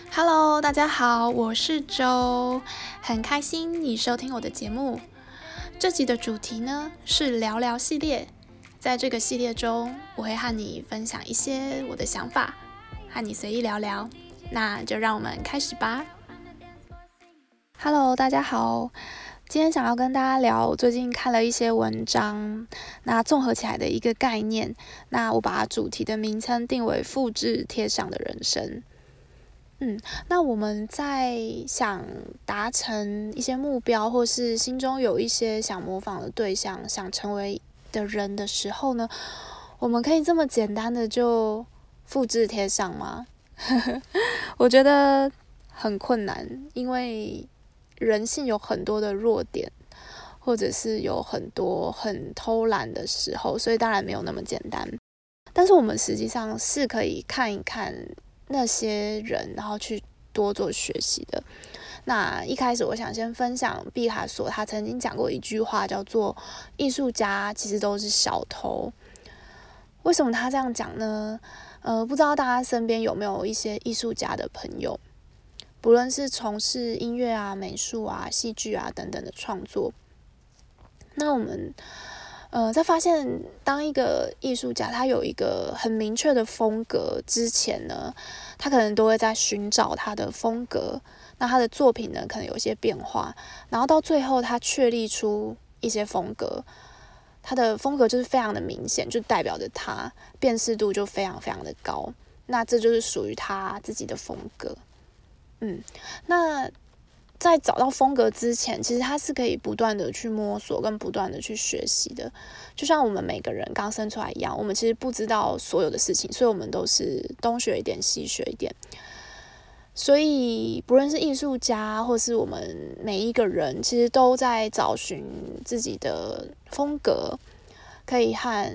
Hello， 大家好，我是周，很开心你收听我的节目。这集的主题呢是聊聊系列，在这个系列中，我会和你分享一些我的想法，和你随意聊聊。那就让我们开始吧。Hello， 大家好，今天想要跟大家聊我最近看了一些文章，那综合起来的一个概念，那我把主题的名称定为复制贴上的人生。那我们在想达成一些目标，或是心中有一些想模仿的对象，想成为的人的时候呢，我们可以这么简单的就复制贴上吗？我觉得很困难，因为人性有很多的弱点，或者是有很多很偷懒的时候，所以当然没有那么简单。但是我们实际上是可以看一看那些人，然后去多做学习的。那一开始我想先分享毕卡索他曾经讲过一句话，叫做艺术家其实都是小偷。为什么他这样讲呢？不知道大家身边有没有一些艺术家的朋友，不论是从事音乐啊、美术啊、戏剧啊等等的创作。那我们在发现当一个艺术家他有一个很明确的风格之前呢，他可能都会在寻找他的风格，那他的作品呢可能有一些变化，然后到最后他确立出一些风格，他的风格就是非常的明显，就代表着他辨识度就非常非常的高，那这就是属于他自己的风格。那在找到风格之前，其实他是可以不断的去摸索跟不断的去学习的，就像我们每个人刚生出来一样，我们其实不知道所有的事情，所以我们都是东学一点西学一点。所以不论是艺术家或是我们每一个人，其实都在找寻自己的风格，可以和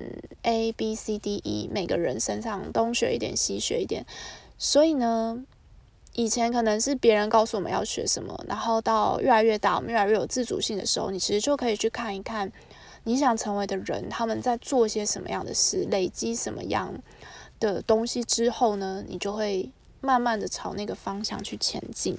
A、B、C、D、E 每个人身上东学一点西学一点。所以呢，以前可能是别人告诉我们要学什么，然后到越来越大，我们越来越有自主性的时候，你其实就可以去看一看你想成为的人，他们在做些什么样的事，累积什么样的东西之后呢，你就会慢慢的朝那个方向去前进。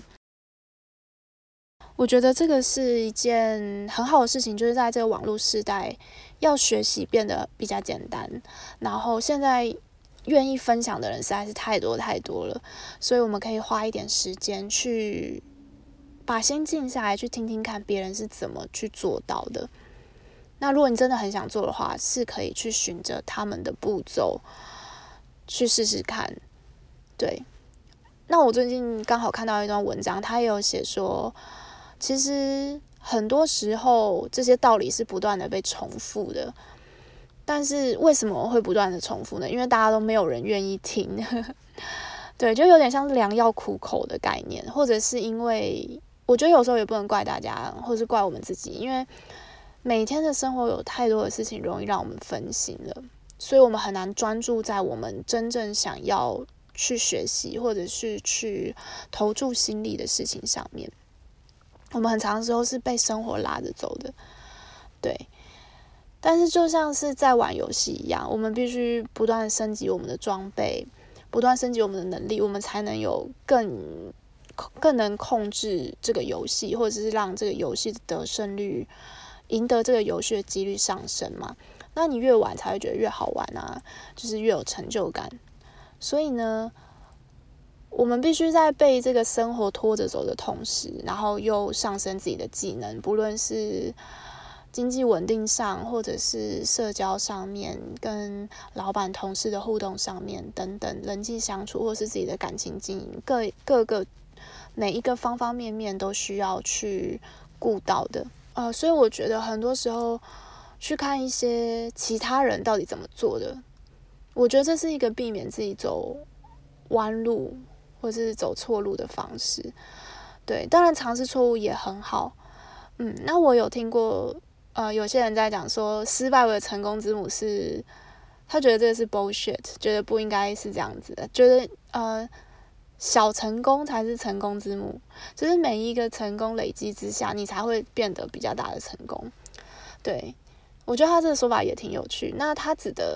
我觉得这个是一件很好的事情，就是在这个网络时代，要学习变得比较简单，然后现在愿意分享的人实在是太多太多了，所以我们可以花一点时间去把心静下来，去听听看别人是怎么去做到的。那如果你真的很想做的话，是可以去循着他们的步骤去试试看。对，那我最近刚好看到一段文章，他也有写说，其实很多时候这些道理是不断的被重复的。但是为什么会不断的重复呢？因为大家都没有人愿意听。对，就有点像是良药苦口的概念，或者是因为我觉得有时候也不能怪大家，或是怪我们自己，因为每天的生活有太多的事情容易让我们分心了，所以我们很难专注在我们真正想要去学习或者是去投注心力的事情上面。我们很长时候是被生活拉着走的，对。但是就像是在玩游戏一样，我们必须不断升级我们的装备，不断升级我们的能力，我们才能有更能控制这个游戏，或者是让这个游戏的得胜率，赢得这个游戏的几率上升嘛。那你越玩才会觉得越好玩啊，就是越有成就感。所以呢，我们必须在被这个生活拖着走的同时，然后又上升自己的技能，不论是经济稳定上，或者是社交上面，跟老板同事的互动上面等等，人际相处，或是自己的感情经营，各个每一个方方面面都需要去顾到的。所以我觉得很多时候去看一些其他人到底怎么做的，我觉得这是一个避免自己走弯路或是走错路的方式。对，当然尝试错误也很好。那我有听过有些人在讲说，失败为成功之母是，他觉得这个是 bullshit， 觉得不应该是这样子的，觉得小成功才是成功之母，就是每一个成功累积之下，你才会变得比较大的成功。对，我觉得他这个说法也挺有趣。那他指的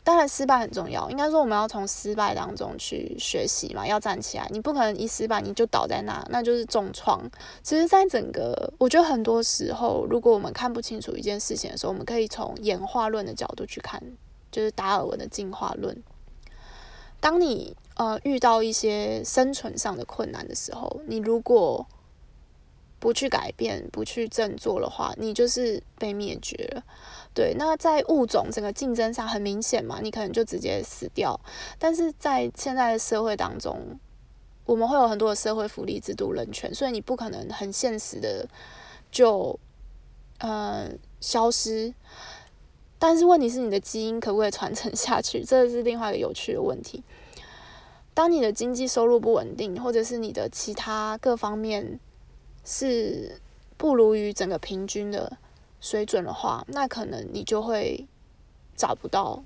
当然失败很重要，应该说我们要从失败当中去学习嘛，要站起来。你不可能一失败你就倒在那，那就是重创。其实在整个我觉得很多时候，如果我们看不清楚一件事情的时候，我们可以从演化论的角度去看，就是达尔文的进化论。当你遇到一些生存上的困难的时候，你如果不去改变，不去振作的话，你就是被灭绝了。对，那在物种整个竞争上很明显嘛，你可能就直接死掉。但是在现在的社会当中，我们会有很多的社会福利制度、人权，所以你不可能很现实的就消失。但是问题是你的基因可不可以传承下去，这是另外一个有趣的问题。当你的经济收入不稳定，或者是你的其他各方面是不如于整个平均的水准的话，那可能你就会找不到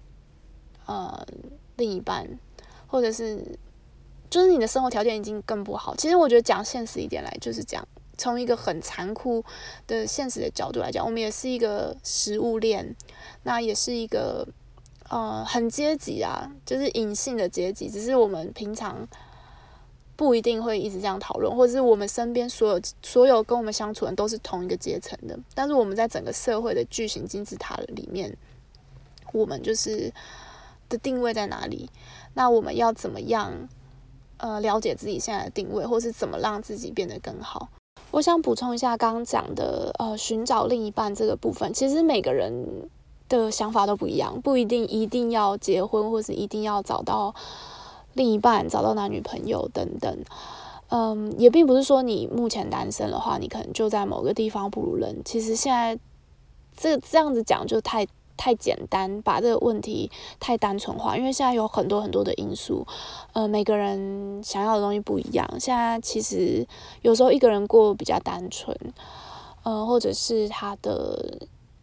另一半，或者是就是你的生活条件已经更不好。其实我觉得讲现实一点来就是这样，从一个很残酷的现实的角度来讲，我们也是一个食物链，那也是一个很阶级啊，就是隐性的阶级，只是我们平常不一定会一直这样讨论，或者是我们身边所有跟我们相处的人都是同一个阶层的，但是我们在整个社会的巨型金字塔里面，我们就是的定位在哪里？那我们要怎么样了解自己现在的定位，或是怎么让自己变得更好？我想补充一下刚刚讲的寻找另一半这个部分，其实每个人的想法都不一样，不一定要结婚，或是一定要找到另一半，找到男女朋友等等。也并不是说你目前单身的话，你可能就在某个地方不如人。其实现在这样子讲就太简单，把这个问题太单纯化，因为现在有很多很多的因素，每个人想要的东西不一样。现在其实有时候一个人过比较单纯，或者是他的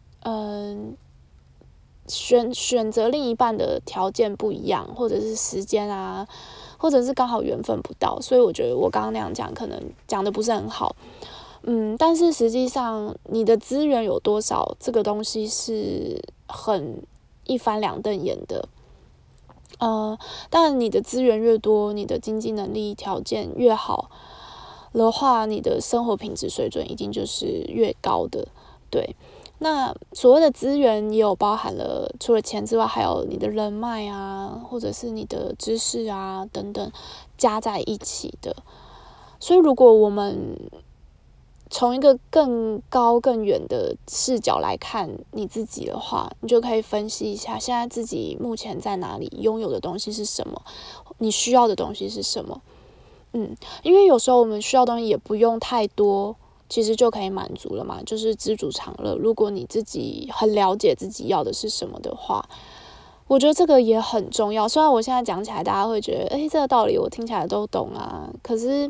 选择另一半的条件不一样，或者是时间啊，或者是刚好缘分不到，所以我觉得我刚刚那样讲可能讲的不是很好。但是实际上你的资源有多少，这个东西是很一翻两瞪眼的。当然你的资源越多，你的经济能力条件越好的话，你的生活品质水准一定就是越高的。对，那所谓的资源也有包含了除了钱之外，还有你的人脉啊，或者是你的知识啊等等加在一起的。所以如果我们从一个更高更远的视角来看你自己的话，你就可以分析一下现在自己目前在哪里，拥有的东西是什么，你需要的东西是什么。因为有时候我们需要的东西也不用太多，其实就可以满足了嘛，就是知足常乐。如果你自己很了解自己要的是什么的话，我觉得这个也很重要。虽然我现在讲起来大家会觉得这个道理我听起来都懂啊，可是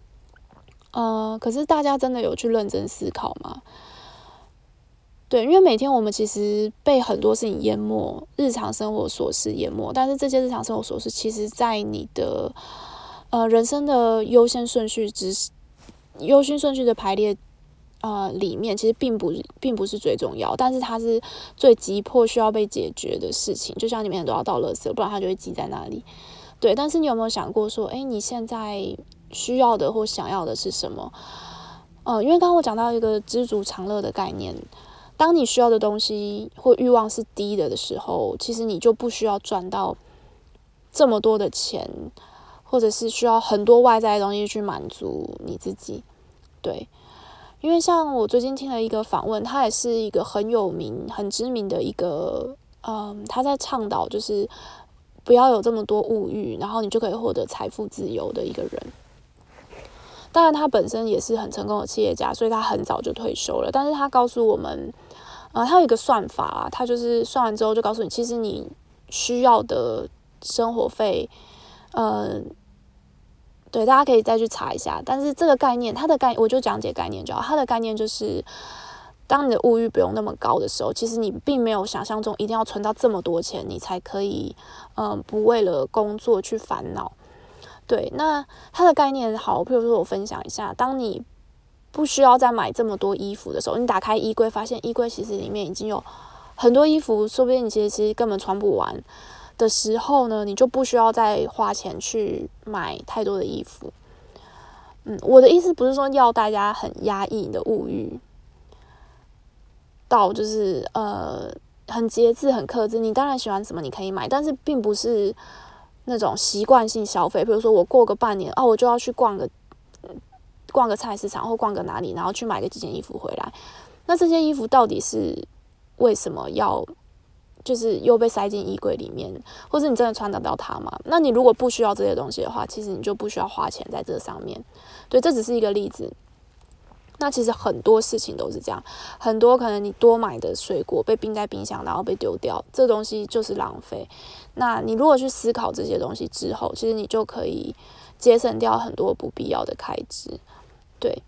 大家真的有去认真思考吗？对，因为每天我们其实被很多事情淹没，日常生活琐事淹没，但是这些日常生活琐事其实在你的人生的优先顺序的排列里面，其实并不是最重要，但是它是最急迫需要被解决的事情。就像你每天都要倒垃圾，不然它就会积在那里。对，但是你有没有想过说，你现在需要的或想要的是什么？因为刚刚我讲到一个知足常乐的概念，当你需要的东西或欲望是低的时候，其实你就不需要赚到这么多的钱，或者是需要很多外在的东西去满足你自己。对，因为像我最近听了一个访问，他也是一个很有名、很知名的一个，他在倡导就是不要有这么多物欲，然后你就可以获得财富自由的一个人。当然他本身也是很成功的企业家，所以他很早就退休了。但是他告诉我们，他有一个算法啊，他就是算完之后就告诉你，其实你需要的生活费，对，大家可以再去查一下。但是这个概念，我就讲解概念就好。它的概念就是，当你的物欲不用那么高的时候，其实你并没有想象中一定要存到这么多钱，你才可以，不为了工作去烦恼。对，那它的概念好，譬如说我分享一下，当你不需要再买这么多衣服的时候，你打开衣柜，发现衣柜其实里面已经有很多衣服说不定你其实根本穿不完的时候呢，你就不需要再花钱去买太多的衣服。我的意思不是说要大家很压抑你的物欲，到就是很节制、很克制。你当然喜欢什么你可以买，但是并不是那种习惯性消费。比如说我过个半年我就要去逛个菜市场或逛个哪里，然后去买个几件衣服回来。那这些衣服到底是为什么要就是又被塞进衣柜里面，或是你真的穿得到它吗？那你如果不需要这些东西的话，其实你就不需要花钱在这上面。对，这只是一个例子。那其实很多事情都是这样，很多可能你多买的水果被冰在冰箱，然后被丢掉，这东西就是浪费。那你如果去思考这些东西之后，其实你就可以节省掉很多不必要的开支。对，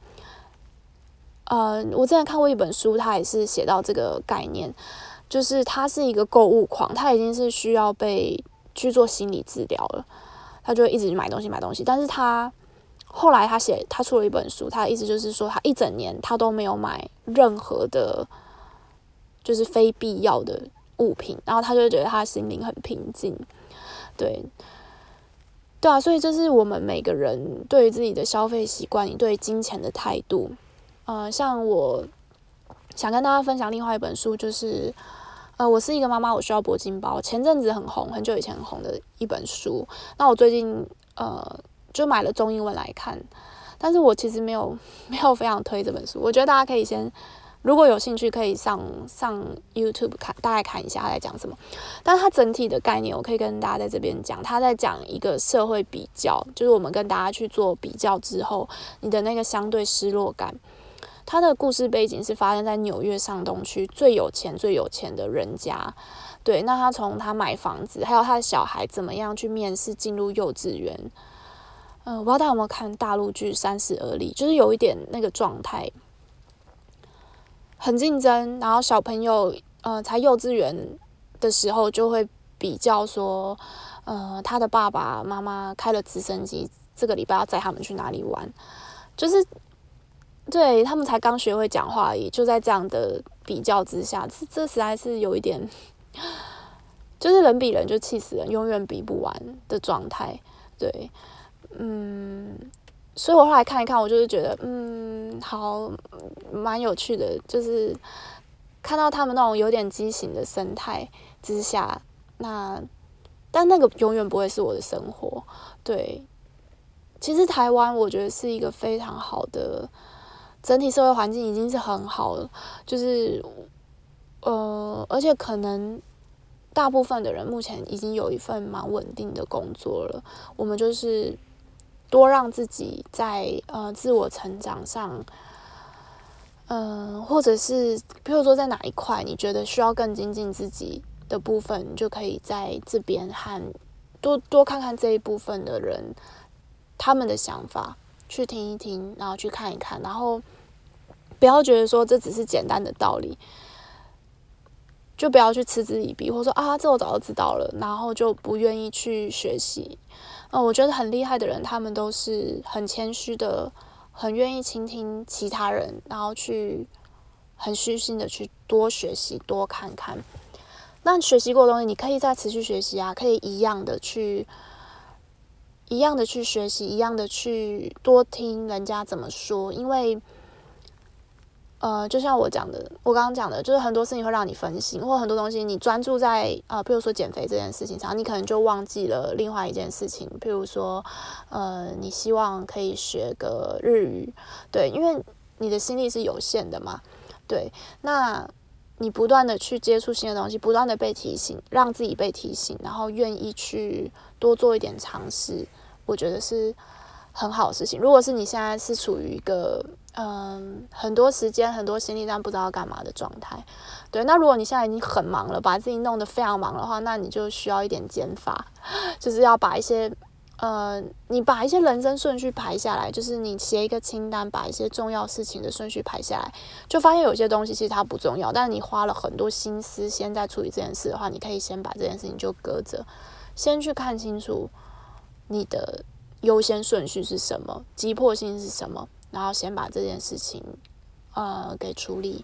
我之前看过一本书，它也是写到这个概念，就是他是一个购物狂，他已经是需要被去做心理治疗了，他就会一直买东西，但是他后来他出了一本书，他的意思就是说，他一整年他都没有买任何的，就是非必要的物品，然后他就觉得他心灵很平静。对啊，所以这是我们每个人对于自己的消费习惯，你对金钱的态度。像我想跟大家分享另外一本书，就是我是一个妈妈，我需要铂金包，前阵子很红，很久以前很红的一本书。那我最近就买了中英文来看，但是我其实没有非常推这本书。我觉得大家可以先，如果有兴趣，可以上 YouTube 看，大概看一下他在讲什么。但是它整体的概念，我可以跟大家在这边讲，他在讲一个社会比较，就是我们跟大家去做比较之后，你的那个相对失落感。他的故事背景是发生在纽约上东区最有钱的人家。对，那他从他买房子，还有他的小孩怎么样去面试进入幼稚园。我不知道大家有没有看大陆剧《三十而立》，就是有一点那个状态，很竞争，然后小朋友才幼稚园的时候就会比较说，他的爸爸妈妈开了直升机，这个礼拜要载他们去哪里玩，就是对他们才刚学会讲话而已，就在这样的比较之下，这实在是有一点，就是人比人就气死人，永远比不完的状态。对，所以我后来看一看，我就是觉得，好，蛮有趣的，就是看到他们那种有点畸形的生态之下，但那个永远不会是我的生活。对，其实台湾我觉得是一个非常好的。整体社会环境已经是很好了，就是而且可能大部分的人目前已经有一份蛮稳定的工作了。我们就是多让自己在自我成长上，或者是比如说在哪一块你觉得需要更精进自己的部分，你就可以在这边和多看看这一部分的人他们的想法。去听一听，然后去看一看，然后不要觉得说这只是简单的道理，就不要去嗤之以鼻，或者说这我早就知道了，然后就不愿意去学习。我觉得很厉害的人，他们都是很谦虚的，很愿意倾听其他人，然后去很虚心的去多学习、多看看。那学习过的东西，你可以再持续学习啊，可以一样的去学习，一样的去多听人家怎么说，因为就像我刚刚讲的，就是很多事情会让你分心，或很多东西你专注在比如说减肥这件事情上，你可能就忘记了另外一件事情，譬如说你希望可以学个日语，对，因为你的心力是有限的嘛，对，那你不断的去接触新的东西，不断的被提醒，让自己被提醒，然后愿意去多做一点尝试，我觉得是很好的事情。如果是你现在是处于一个很多时间、很多心力但不知道干嘛的状态，对，那如果你现在已经很忙了，把自己弄得非常忙的话，那你就需要一点减法，就是要把一些你把一些人生顺序排下来，就是你写一个清单，把一些重要事情的顺序排下来，就发现有些东西其实它不重要，但是你花了很多心思先在处理这件事的话，你可以先把这件事情就搁着，先去看清楚你的优先顺序是什么，急迫性是什么，然后先把这件事情给处理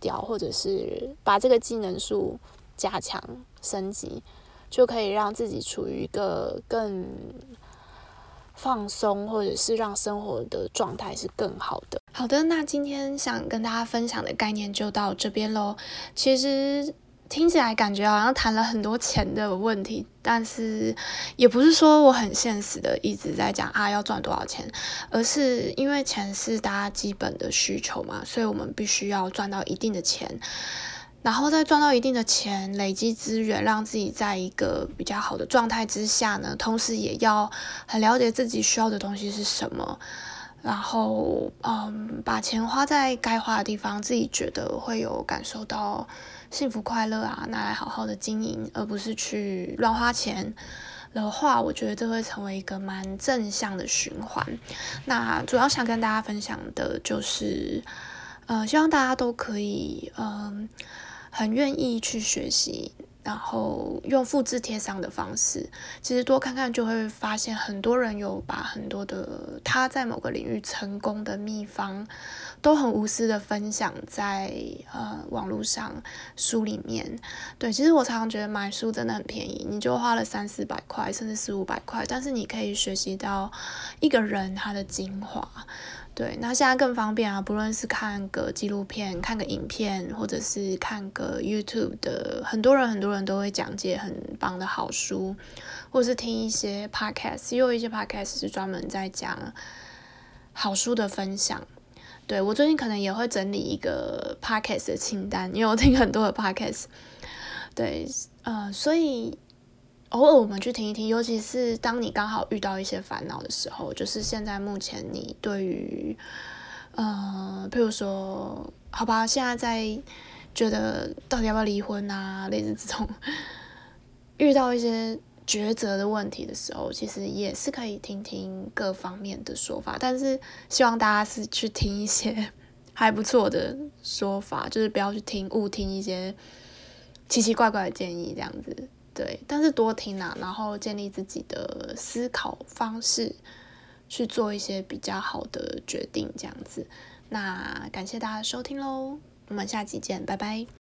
掉，或者是把这个技能树加强升级，就可以让自己处于一个更放松，或者是让生活的状态是更好的。好的，那今天想跟大家分享的概念就到这边咯。其实听起来感觉好像谈了很多钱的问题，但是也不是说我很现实的一直在讲要赚多少钱，而是因为钱是大家基本的需求嘛，所以我们必须要赚到一定的钱，然后再赚到一定的钱，累积资源，让自己在一个比较好的状态之下呢，同时也要很了解自己需要的东西是什么，然后把钱花在该花的地方，自己觉得会有感受到幸福快乐啊，拿来好好的经营，而不是去乱花钱的话，我觉得这会成为一个蛮正向的循环。那主要想跟大家分享的就是希望大家都可以很愿意去学习，然后用复制贴上的方式，其实多看看就会发现很多人有把很多的他在某个领域成功的秘方都很无私的分享在网络上书里面。对，其实我常常觉得买书真的很便宜，你就花了300-400块甚至400-500块，但是你可以学习到一个人他的精华。对，那现在更方便啊，不论是看个纪录片、看个影片，或者是看个 YouTube 的，很多人都会讲解很棒的好书，或者是听一些 podcast， 也有一些 podcast 是专门在讲好书的分享。对，我最近可能也会整理一个 podcast 的清单，因为我听很多的 podcast。对，所以偶尔我们去听一听，尤其是当你刚好遇到一些烦恼的时候，就是现在目前你对于譬如说好吧，现在在觉得到底要不要离婚啊，类似这种遇到一些抉择的问题的时候，其实也是可以听听各方面的说法，但是希望大家是去听一些还不错的说法，就是不要去误听一些奇奇怪怪的建议这样子。对，但是多听啊，然后建立自己的思考方式，去做一些比较好的决定这样子。那感谢大家的收听咯，我们下集见，拜拜。